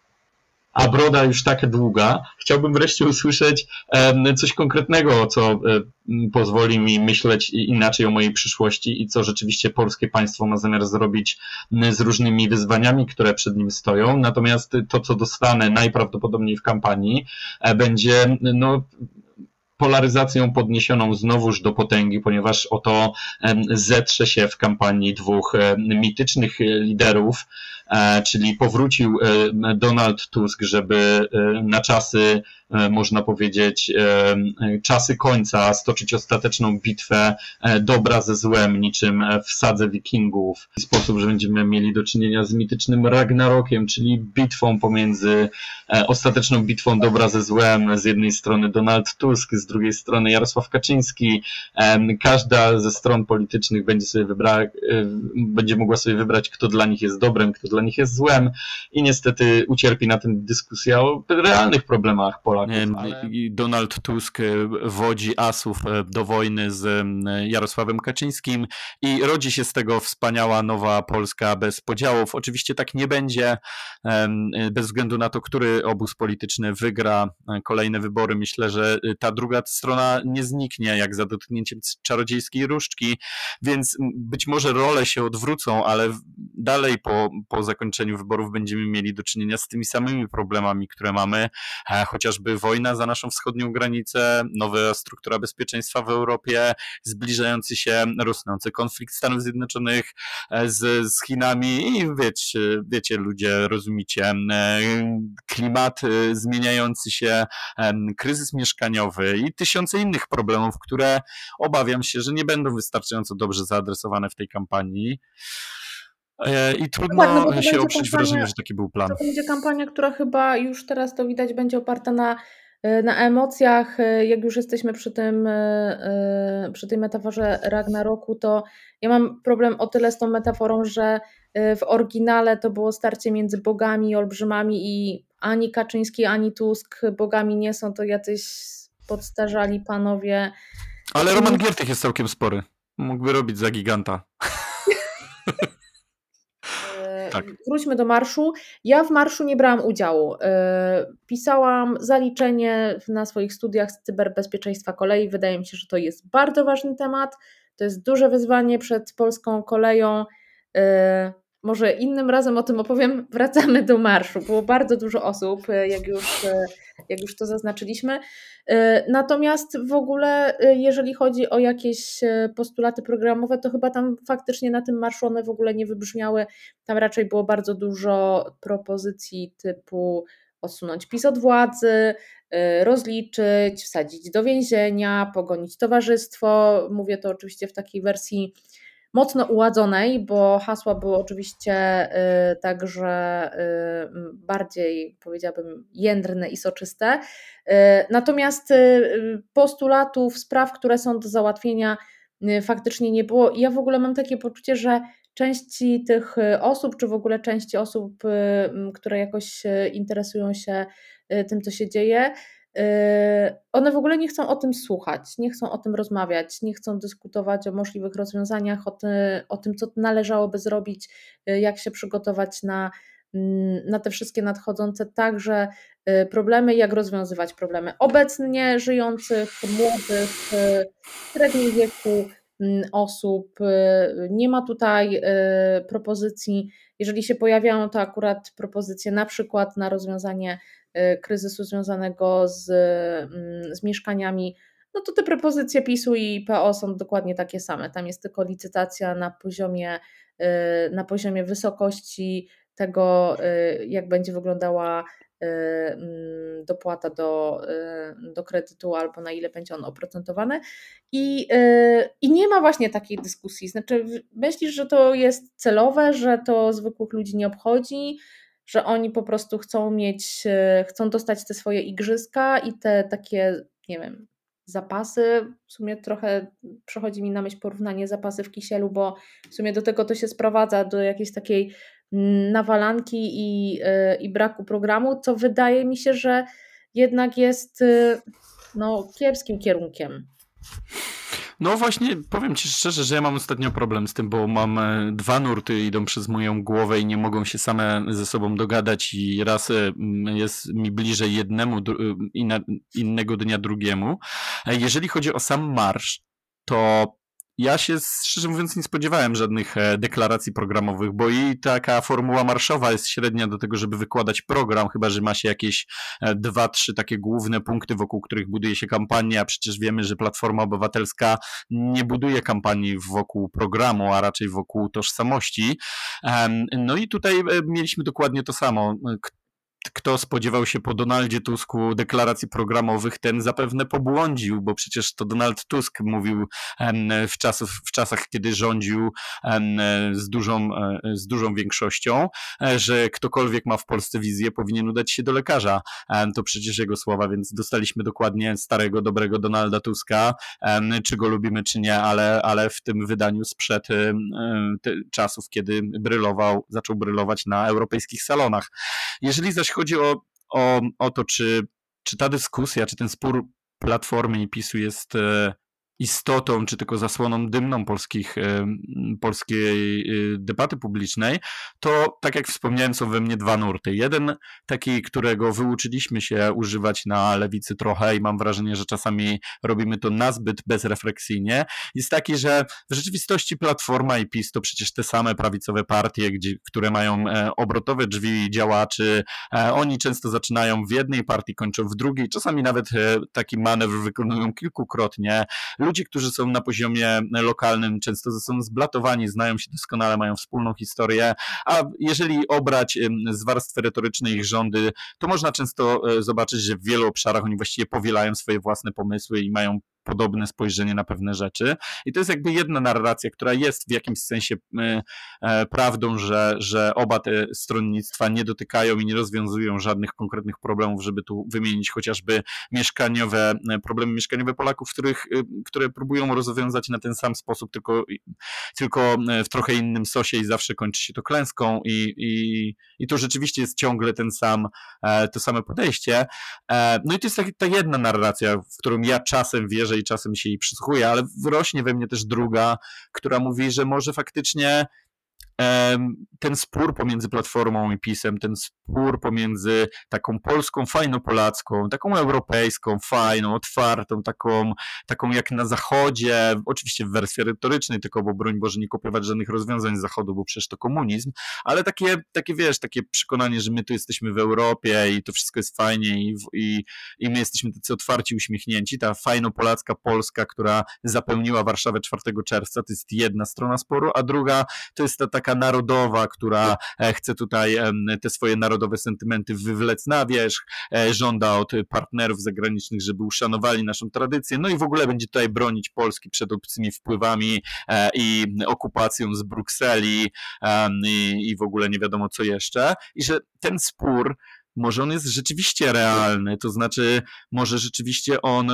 a broda już taka długa, chciałbym wreszcie usłyszeć coś konkretnego, co pozwoli mi myśleć inaczej o mojej przyszłości i co rzeczywiście polskie państwo ma zamiar zrobić z różnymi wyzwaniami, które przed nim stoją. Natomiast to, co dostanę najprawdopodobniej w kampanii, będzie no, polaryzacją podniesioną znowuż do potęgi, ponieważ oto zetrze się w kampanii dwóch mitycznych liderów, czyli powrócił Donald Tusk, żeby na czasy, można powiedzieć, czasy końca stoczyć ostateczną bitwę dobra ze złem, niczym w sadze wikingów. W sposób, że będziemy mieli do czynienia z mitycznym Ragnarokiem, czyli bitwą pomiędzy, ostateczną bitwą dobra ze złem, z jednej strony Donald Tusk, z drugiej strony Jarosław Kaczyński. Każda ze stron politycznych będzie sobie wybrała, będzie mogła sobie wybrać, kto dla nich jest dobrem, kto dla nich jest złem i niestety ucierpi na tym dyskusja o realnych problemach Polaków. Ale... Donald Tusk wodzi asów do wojny z Jarosławem Kaczyńskim i rodzi się z tego wspaniała nowa Polska bez podziałów. Oczywiście tak nie będzie, bez względu na to, który obóz polityczny wygra kolejne wybory. Myślę, że ta druga strona nie zniknie jak za dotknięciem czarodziejskiej różdżki, więc być może role się odwrócą, ale dalej po, po zakończeniu wyborów będziemy mieli do czynienia z tymi samymi problemami, które mamy, chociażby wojna za naszą wschodnią granicę, nowa struktura bezpieczeństwa w Europie, zbliżający się, rosnący konflikt Stanów Zjednoczonych z, z Chinami i wiecie, wiecie ludzie, rozumiecie, klimat zmieniający się, kryzys mieszkaniowy i tysiące innych problemów, które obawiam się, że nie będą wystarczająco dobrze zaadresowane w tej kampanii. I trudno no tak, no się oprzeć kampania, wrażeniu, że taki był plan. To będzie kampania, która chyba już teraz to widać będzie oparta na, na emocjach. Jak już jesteśmy przy tym, przy tej metaforze Ragnaroku, to ja mam problem o tyle z tą metaforą, że w oryginale to było starcie między bogami i olbrzymami i ani Kaczyński, ani Tusk bogami nie są, to jacyś podstarzali panowie. Ale Roman Giertych jest całkiem spory. Mógłby robić za giganta. Tak. Wróćmy do marszu. Ja w marszu nie brałam udziału. Pisałam zaliczenie na swoich studiach z cyberbezpieczeństwa kolei. Wydaje mi się, że to jest bardzo ważny temat. To jest duże wyzwanie przed polską koleją. Może innym razem o tym opowiem. Wracamy do marszu. Było bardzo dużo osób, jak już, jak już to zaznaczyliśmy. Natomiast w ogóle, jeżeli chodzi o jakieś postulaty programowe, to chyba tam faktycznie na tym marszu one w ogóle nie wybrzmiały. Tam raczej było bardzo dużo propozycji typu odsunąć PiS od władzy, rozliczyć, wsadzić do więzienia, pogonić towarzystwo. Mówię to oczywiście w takiej wersji mocno uładzonej, bo hasła były oczywiście y, także y, bardziej, powiedziałabym, jędrne i soczyste. Y, natomiast y, postulatów, spraw, które są do załatwienia, y, faktycznie nie było. I ja w ogóle mam takie poczucie, że części tych osób, czy w ogóle części osób, y, które jakoś interesują się y, tym, co się dzieje, one w ogóle nie chcą o tym słuchać, nie chcą o tym rozmawiać, nie chcą dyskutować o możliwych rozwiązaniach, o, ty, o tym, co należałoby zrobić, jak się przygotować na, na te wszystkie nadchodzące także problemy, jak rozwiązywać problemy obecnie żyjących, młodych, w średnim wieku osób. Nie ma tutaj propozycji, jeżeli się pojawiają, to akurat propozycje na przykład na rozwiązanie kryzysu związanego z, z mieszkaniami, no to te propozycje PiSu i P O są dokładnie takie same. Tam jest tylko licytacja na poziomie, na poziomie wysokości tego, jak będzie wyglądała dopłata do, do kredytu albo na ile będzie on oprocentowany. I, I nie ma właśnie takiej dyskusji. Znaczy, myślisz, że to jest celowe, że to zwykłych ludzi nie obchodzi, że oni po prostu chcą mieć, chcą dostać te swoje igrzyska i te takie, nie wiem, zapasy. W sumie trochę przychodzi mi na myśl porównanie zapasy w kisielu, bo w sumie do tego to się sprowadza, do jakiejś takiej nawalanki i, i braku programu, co wydaje mi się, że jednak jest no, kiepskim kierunkiem. No właśnie, powiem Ci szczerze, że ja mam ostatnio problem z tym, bo mam dwa nurty, idą przez moją głowę i nie mogą się same ze sobą dogadać i raz jest mi bliżej jednemu, innego dnia drugiemu. Jeżeli chodzi o sam marsz, to ja się szczerze mówiąc nie spodziewałem żadnych deklaracji programowych, bo i taka formuła marszowa jest średnia do tego, żeby wykładać program, chyba że ma się jakieś dwa, trzy takie główne punkty, wokół których buduje się kampania, a przecież wiemy, że Platforma Obywatelska nie buduje kampanii wokół programu, a raczej wokół tożsamości. No i tutaj mieliśmy dokładnie to samo. Kto spodziewał się po Donaldzie Tusku deklaracji programowych, ten zapewne pobłądził, bo przecież to Donald Tusk mówił w, czasów, w czasach, kiedy rządził z dużą, z dużą większością, że ktokolwiek ma w Polsce wizję, powinien udać się do lekarza. To przecież jego słowa, więc dostaliśmy dokładnie starego, dobrego Donalda Tuska, czy go lubimy, czy nie, ale, ale w tym wydaniu sprzed czasów, kiedy brylował, zaczął brylować na europejskich salonach. Jeżeli zaś chodzi o, o, o to, czy, czy ta dyskusja, czy ten spór Platformy i PiSu jest e, istotą, czy tylko zasłoną dymną polskich, e, polskiej e, debaty publicznej, to tak jak wspomniałem, są we mnie dwa nurty. Jeden taki, którego wyuczyliśmy się używać na lewicy trochę i mam wrażenie, że czasami robimy to nazbyt bezrefleksyjnie, jest taki, że w rzeczywistości Platforma i PiS to przecież te same prawicowe partie, gdzie, które mają e, obrotowe drzwi działaczy. E, oni często zaczynają w jednej partii, kończą w drugiej, czasami nawet e, taki manewr wykonują kilkukrotnie. Ludzie, którzy są na poziomie lokalnym, często są zblatowani, znają się doskonale, mają wspólną historię, a jeżeli obrać z warstwy retorycznej ich rządy, to można często zobaczyć, że w wielu obszarach oni właściwie powielają swoje własne pomysły i mają podobne spojrzenie na pewne rzeczy. I to jest jakby jedna narracja, która jest w jakimś sensie prawdą, że, że oba te stronnictwa nie dotykają i nie rozwiązują żadnych konkretnych problemów, żeby tu wymienić chociażby mieszkaniowe, problemy mieszkaniowe Polaków, których, które próbują rozwiązać na ten sam sposób, tylko, tylko w trochę innym sosie i zawsze kończy się to klęską i, i, i to rzeczywiście jest ciągle ten sam, to same podejście. No i to jest ta, ta jedna narracja, w którą ja czasem wierzę i czasem się jej przysłuchuję, ale wyrośnie we mnie też druga, która mówi, że może faktycznie ten spór pomiędzy Platformą i PiS-em, ten spór pomiędzy taką polską, fajną polacką, taką europejską, fajną, otwartą, taką, taką jak na Zachodzie, oczywiście w wersji retorycznej, tylko bo broń Boże nie kopiować żadnych rozwiązań z Zachodu, bo przecież to komunizm, ale takie, takie wiesz, takie przekonanie, że my tu jesteśmy w Europie i to wszystko jest fajnie i, i, i my jesteśmy tacy otwarci, uśmiechnięci, ta fajno-polacka Polska, która zapełniła Warszawę czwartego czerwca, to jest jedna strona sporu, a druga to jest ta taka narodowa, która chce tutaj te swoje narodowe sentymenty wywlec na wierzch, żąda od partnerów zagranicznych, żeby uszanowali naszą tradycję, no i w ogóle będzie tutaj bronić Polski przed obcymi wpływami i okupacją z Brukseli i, i w ogóle nie wiadomo co jeszcze. I że ten spór może on jest rzeczywiście realny, to znaczy może rzeczywiście on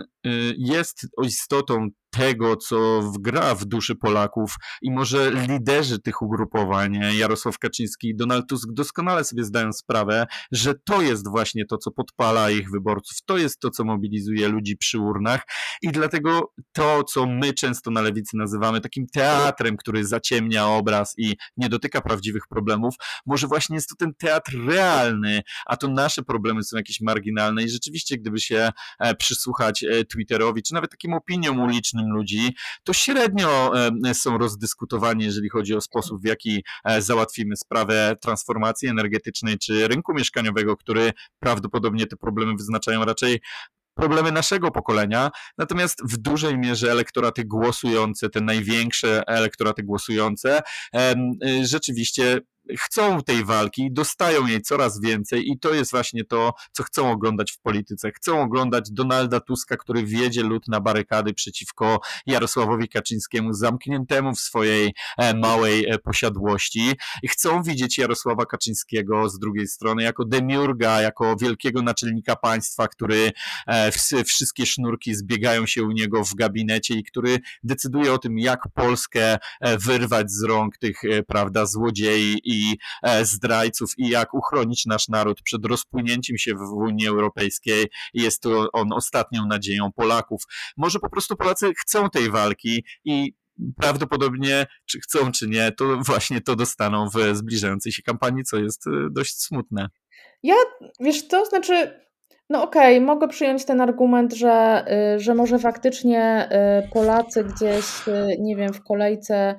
jest istotą tego, co gra w duszy Polaków i może liderzy tych ugrupowań, Jarosław Kaczyński i Donald Tusk doskonale sobie zdają sprawę, że to jest właśnie to, co podpala ich wyborców, to jest to, co mobilizuje ludzi przy urnach i dlatego to, co my często na lewicy nazywamy takim teatrem, który zaciemnia obraz i nie dotyka prawdziwych problemów, może właśnie jest to ten teatr realny, a to nasze problemy są jakieś marginalne i rzeczywiście, gdyby się przysłuchać Twitterowi, czy nawet takim opiniom ulicznym ludzi, to średnio są rozdyskutowani, jeżeli chodzi o sposób, w jaki załatwimy sprawę transformacji energetycznej czy rynku mieszkaniowego, który prawdopodobnie te problemy wyznaczają raczej problemy naszego pokolenia, natomiast w dużej mierze elektoraty głosujące, te największe elektoraty głosujące, rzeczywiście chcą tej walki, dostają jej coraz więcej i to jest właśnie to, co chcą oglądać w polityce. Chcą oglądać Donalda Tuska, który wiedzie lud na barykady przeciwko Jarosławowi Kaczyńskiemu, zamkniętemu w swojej małej posiadłości. I chcą widzieć Jarosława Kaczyńskiego z drugiej strony jako demiurga, jako wielkiego naczelnika państwa, który wszystkie sznurki zbiegają się u niego w gabinecie i który decyduje o tym, jak Polskę wyrwać z rąk tych, prawda, złodziei i zdrajców i jak uchronić nasz naród przed rozpłynięciem się w Unii Europejskiej. Jest to on ostatnią nadzieją Polaków. Może po prostu Polacy chcą tej walki i prawdopodobnie, czy chcą, czy nie, to właśnie to dostaną w zbliżającej się kampanii, co jest dość smutne. Ja, wiesz to znaczy, no okej, okay, mogę przyjąć ten argument, że, że może faktycznie Polacy gdzieś, nie wiem, w kolejce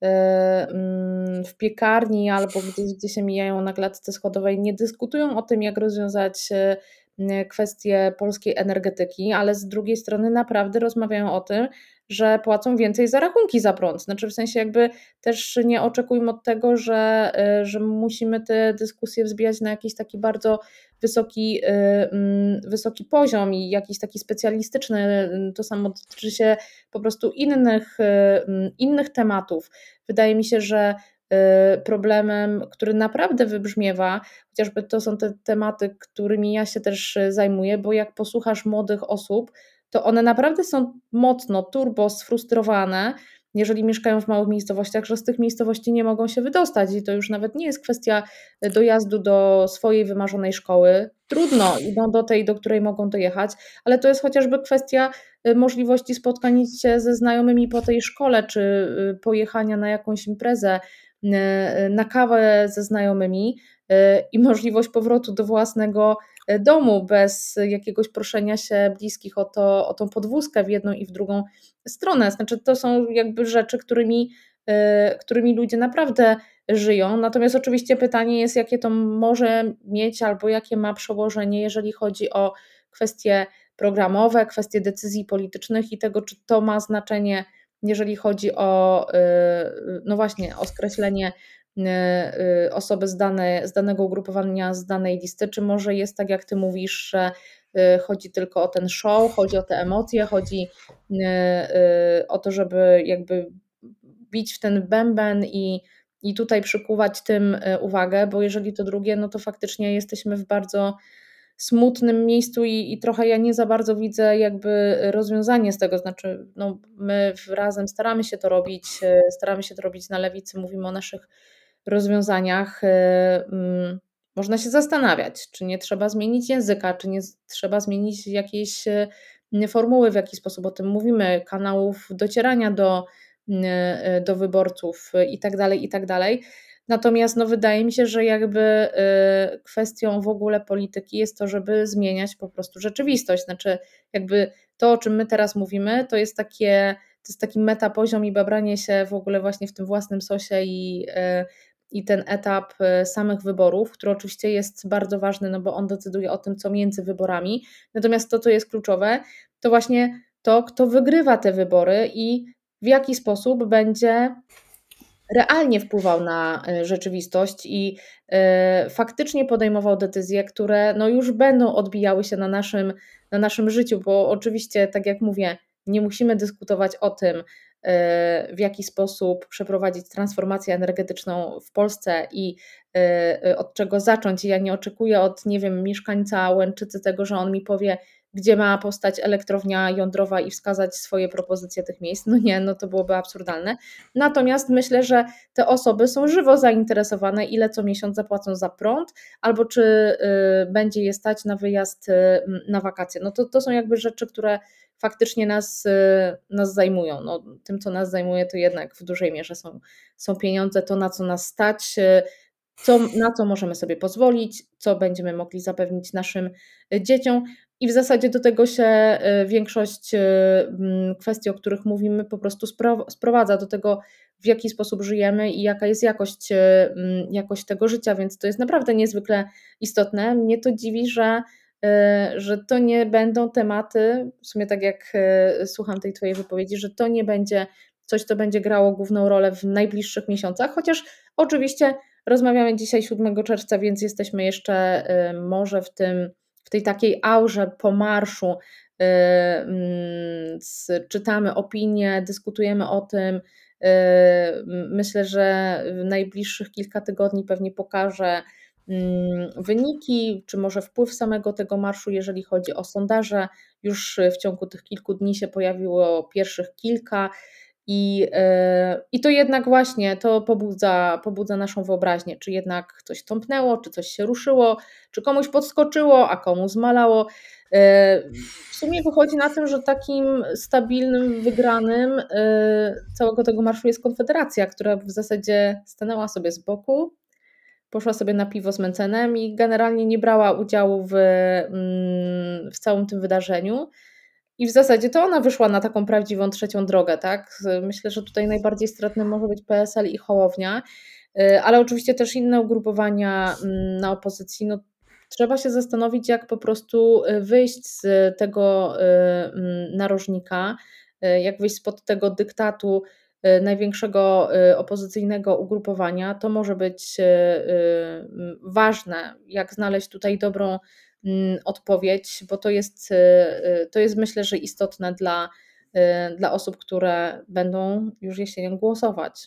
w piekarni albo gdzieś, gdzie się mijają na klatce schodowej, nie dyskutują o tym, jak rozwiązać kwestie polskiej energetyki, ale z drugiej strony naprawdę rozmawiają o tym, że płacą więcej za rachunki za prąd. Znaczy w sensie jakby też nie oczekujmy od tego, że, że musimy te dyskusje wzbijać na jakiś taki bardzo wysoki, wysoki poziom i jakiś taki specjalistyczny. To samo dotyczy się po prostu innych, innych tematów. Wydaje mi się, że problemem, który naprawdę wybrzmiewa, chociażby to są te tematy, którymi ja się też zajmuję, bo jak posłuchasz młodych osób, to one naprawdę są mocno turbo sfrustrowane, jeżeli mieszkają w małych miejscowościach, że z tych miejscowości nie mogą się wydostać i to już nawet nie jest kwestia dojazdu do swojej wymarzonej szkoły. Trudno, idą do tej, do której mogą dojechać, ale to jest chociażby kwestia możliwości spotkania się ze znajomymi po tej szkole, czy pojechania na jakąś imprezę, na kawę ze znajomymi i możliwość powrotu do własnego domu bez jakiegoś proszenia się bliskich o, to, o tą podwózkę w jedną i w drugą stronę. Znaczy to są jakby rzeczy, którymi, którymi ludzie naprawdę żyją. Natomiast oczywiście pytanie jest, jakie to może mieć albo jakie ma przełożenie, jeżeli chodzi o kwestie programowe, kwestie decyzji politycznych i tego, czy to ma znaczenie, jeżeli chodzi o, no właśnie, o skreślenie osoby z, dane, z danego ugrupowania, z danej listy, czy może jest tak, jak ty mówisz, że chodzi tylko o ten show, chodzi o te emocje, chodzi o to, żeby jakby bić w ten bęben i, i tutaj przykuwać tym uwagę, bo jeżeli to drugie, no to faktycznie jesteśmy w bardzo smutnym miejscu i, i trochę ja nie za bardzo widzę jakby rozwiązanie z tego, znaczy no my razem staramy się to robić, staramy się to robić na lewicy, mówimy o naszych rozwiązaniach. Można się zastanawiać, czy nie trzeba zmienić języka, czy nie trzeba zmienić jakiejś formuły, w jaki sposób o tym mówimy, kanałów docierania do, do wyborców i tak dalej, i tak dalej. Natomiast no, wydaje mi się, że jakby kwestią w ogóle polityki jest to, żeby zmieniać po prostu rzeczywistość. Znaczy jakby to, o czym my teraz mówimy, to jest takie, to jest taki metapoziom i babranie się w ogóle właśnie w tym własnym sosie i, i ten etap samych wyborów, który oczywiście jest bardzo ważny, no bo on decyduje o tym, co między wyborami. Natomiast to, co jest kluczowe, to właśnie to, kto wygrywa te wybory i w jaki sposób będzie realnie wpływał na rzeczywistość i faktycznie podejmował decyzje, które no już będą odbijały się na naszym, na naszym życiu, bo oczywiście, tak jak mówię, nie musimy dyskutować o tym, w jaki sposób przeprowadzić transformację energetyczną w Polsce i od czego zacząć. Ja nie oczekuję od, nie wiem, mieszkańca Łęczycy tego, że on mi powie, gdzie ma powstać elektrownia jądrowa i wskazać swoje propozycje tych miejsc. No nie, no to byłoby absurdalne. Natomiast myślę, że te osoby są żywo zainteresowane, ile co miesiąc zapłacą za prąd, albo czy y, będzie je stać na wyjazd y, na wakacje. No to, to są jakby rzeczy, które faktycznie nas, y, nas zajmują. No, tym, co nas zajmuje, to jednak w dużej mierze są, są pieniądze, to na co nas stać, y, co, na co możemy sobie pozwolić, co będziemy mogli zapewnić naszym dzieciom. I w zasadzie do tego się większość kwestii, o których mówimy, po prostu sprowadza do tego, w jaki sposób żyjemy i jaka jest jakość, jakość tego życia, więc to jest naprawdę niezwykle istotne. Mnie to dziwi, że, że to nie będą tematy, w sumie tak jak słucham tej twojej wypowiedzi, że to nie będzie coś, co będzie grało główną rolę w najbliższych miesiącach, chociaż oczywiście rozmawiamy dzisiaj siódmego czerwca, więc jesteśmy jeszcze może w tym w tej takiej aurze po marszu, czytamy opinie, dyskutujemy o tym. Myślę, że w najbliższych kilka tygodni pewnie pokaże wyniki, czy może wpływ samego tego marszu, jeżeli chodzi o sondaże. Już w ciągu tych kilku dni się pojawiło pierwszych kilka. I, I to jednak właśnie to pobudza, pobudza naszą wyobraźnię, czy jednak coś tąpnęło, czy coś się ruszyło, czy komuś podskoczyło, a komu zmalało. W sumie wychodzi na tym, że takim stabilnym, wygranym całego tego marszu jest Konfederacja, która w zasadzie stanęła sobie z boku, poszła sobie na piwo z Mencenem i generalnie nie brała udziału w, w całym tym wydarzeniu. I w zasadzie to ona wyszła na taką prawdziwą trzecią drogę, tak? Myślę, że tutaj najbardziej stratnym może być P S L i Hołownia, ale oczywiście też inne ugrupowania na opozycji. No, trzeba się zastanowić, jak po prostu wyjść z tego narożnika, jak wyjść spod tego dyktatu największego opozycyjnego ugrupowania. To może być ważne, jak znaleźć tutaj dobrą odpowiedź, bo to jest, to jest myślę, że istotne dla, dla osób, które będą już jesienią głosować.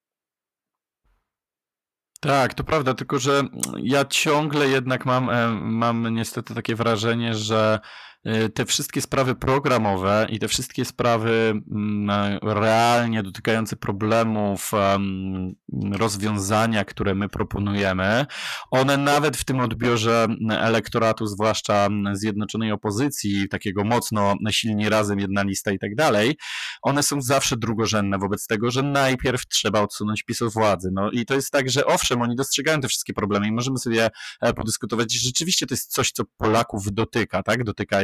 Tak, to prawda, tylko że ja ciągle jednak mam, mam niestety takie wrażenie, że te wszystkie sprawy programowe i te wszystkie sprawy realnie dotykające problemów, rozwiązania, które my proponujemy, one nawet w tym odbiorze elektoratu, zwłaszcza zjednoczonej opozycji, takiego mocno silnie razem, jedna lista i tak dalej, one są zawsze drugorzędne wobec tego, że najpierw trzeba odsunąć PiS od władzy. No i to jest tak, że owszem, oni dostrzegają te wszystkie problemy i możemy sobie podyskutować, że rzeczywiście to jest coś, co Polaków dotyka, tak? Dotyka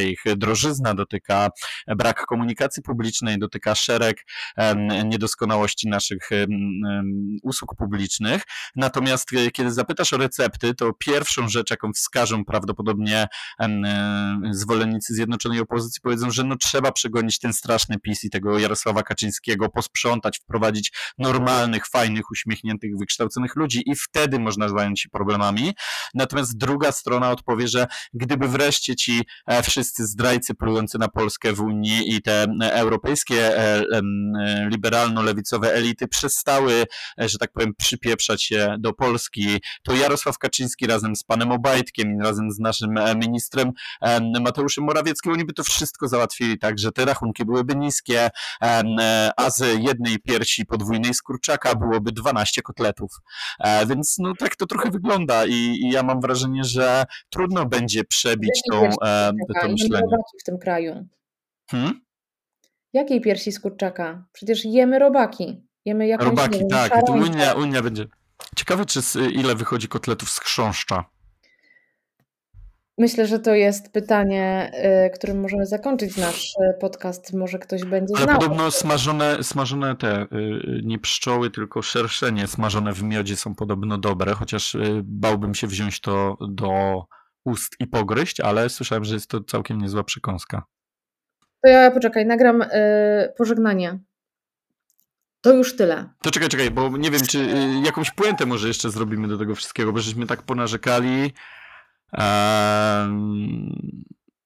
ich drożyzna, dotyka brak komunikacji publicznej, dotyka szereg niedoskonałości naszych usług publicznych. Natomiast kiedy zapytasz o recepty, to pierwszą rzecz, jaką wskażą prawdopodobnie zwolennicy Zjednoczonej Opozycji, powiedzą, że no trzeba przegonić ten straszny PiS i tego Jarosława Kaczyńskiego, posprzątać, wprowadzić normalnych, fajnych, uśmiechniętych, wykształconych ludzi i wtedy można zająć się problemami. Natomiast druga strona odpowie, że gdyby wreszcie ci wszyscy zdrajcy plujący na Polskę w Unii i te europejskie liberalno-lewicowe elity przestały, że tak powiem, przypieprzać się do Polski, to Jarosław Kaczyński razem z panem Obajtkiem i razem z naszym ministrem Mateuszem Morawieckim, oni by to wszystko załatwili tak, że te rachunki byłyby niskie, a z jednej piersi podwójnej z kurczaka byłoby dwanaście kotletów. Więc no tak to trochę wygląda i, i ja mam wrażenie, że trudno będzie przebić tą, e, to myślenie. Robaki w tym kraju. Hmm? Jakiej piersi z kurczaka? Przecież jemy robaki. Jemy jakąś, robaki, wiem, tak. To Unia, Unia będzie. Ciekawe, czy z, ile wychodzi kotletów z chrząszcza. Myślę, że to jest pytanie, y, którym możemy zakończyć nasz podcast. Może ktoś będzie Ale znał. podobno smażone, smażone te, y, nie pszczoły, tylko szerszenie smażone w miodzie są podobno dobre, chociaż y, bałbym się wziąć to do ust i pogryźć, ale słyszałem, że jest to całkiem niezła przekąska. To ja, poczekaj, nagram y, pożegnanie. To już tyle. To czekaj, czekaj, bo nie wiem, czy y, jakąś puentę może jeszcze zrobimy do tego wszystkiego, bo żeśmy tak ponarzekali. Um...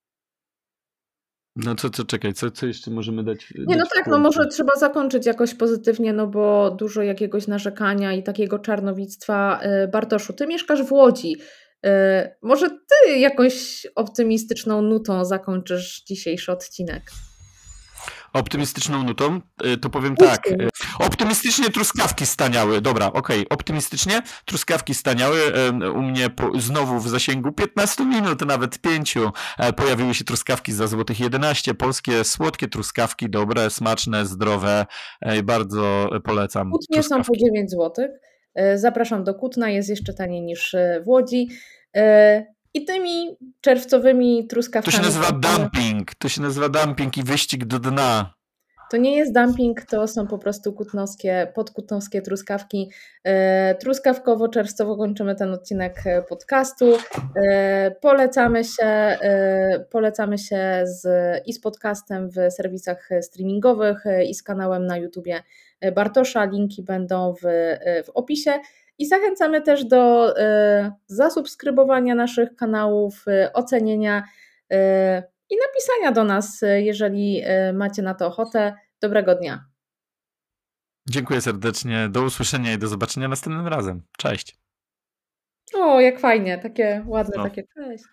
No co, co, czekaj, co, co jeszcze możemy dać? Nie, no dać tak, no może trzeba zakończyć jakoś pozytywnie, no bo dużo jakiegoś narzekania i takiego czarnowictwa. Bartoszu, ty mieszkasz w Łodzi. Może ty jakąś optymistyczną nutą zakończysz dzisiejszy odcinek? Optymistyczną nutą? To powiem tak. Optymistycznie truskawki staniały. Dobra, okej. Okay. Optymistycznie truskawki staniały. U mnie po, znowu w zasięgu piętnastu minut, nawet pięciu, pojawiły się truskawki za złotych jedenaście. Polskie, słodkie truskawki, dobre, smaczne, zdrowe. Bardzo polecam. Kutnie są po dziewięć złotych. Zapraszam do Kutna, jest jeszcze taniej niż w Łodzi. I tymi czerwcowymi truskawkami. To się nazywa dumping. To się nazywa dumping i wyścig do dna. To nie jest dumping, to są po prostu kutnowskie, podkutnowskie truskawki. E, truskawkowo-czerwcowo kończymy ten odcinek podcastu. E, polecamy się, e, polecamy się z, i z podcastem w serwisach streamingowych, i z kanałem na YouTubie Bartosza. Linki będą w, w opisie. I zachęcamy też do y, zasubskrybowania naszych kanałów, y, ocenienia y, i napisania do nas, y, jeżeli y, macie na to ochotę. Dobrego dnia. Dziękuję serdecznie. Do usłyszenia i do zobaczenia następnym razem. Cześć. O, jak fajnie. Takie ładne, no. Takie cześć.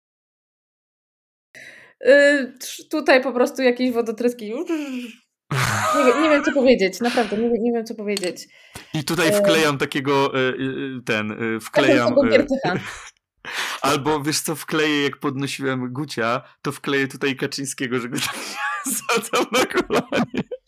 Y, tutaj po prostu jakieś wodotryski. Nie, nie wiem, co powiedzieć, naprawdę, nie, nie wiem, co powiedzieć. I tutaj wklejam takiego, ten, wklejam... Albo, wiesz co, wkleję, jak podnosiłem Gucia, to wkleję tutaj Kaczyńskiego, że go tak zadał na kolanie.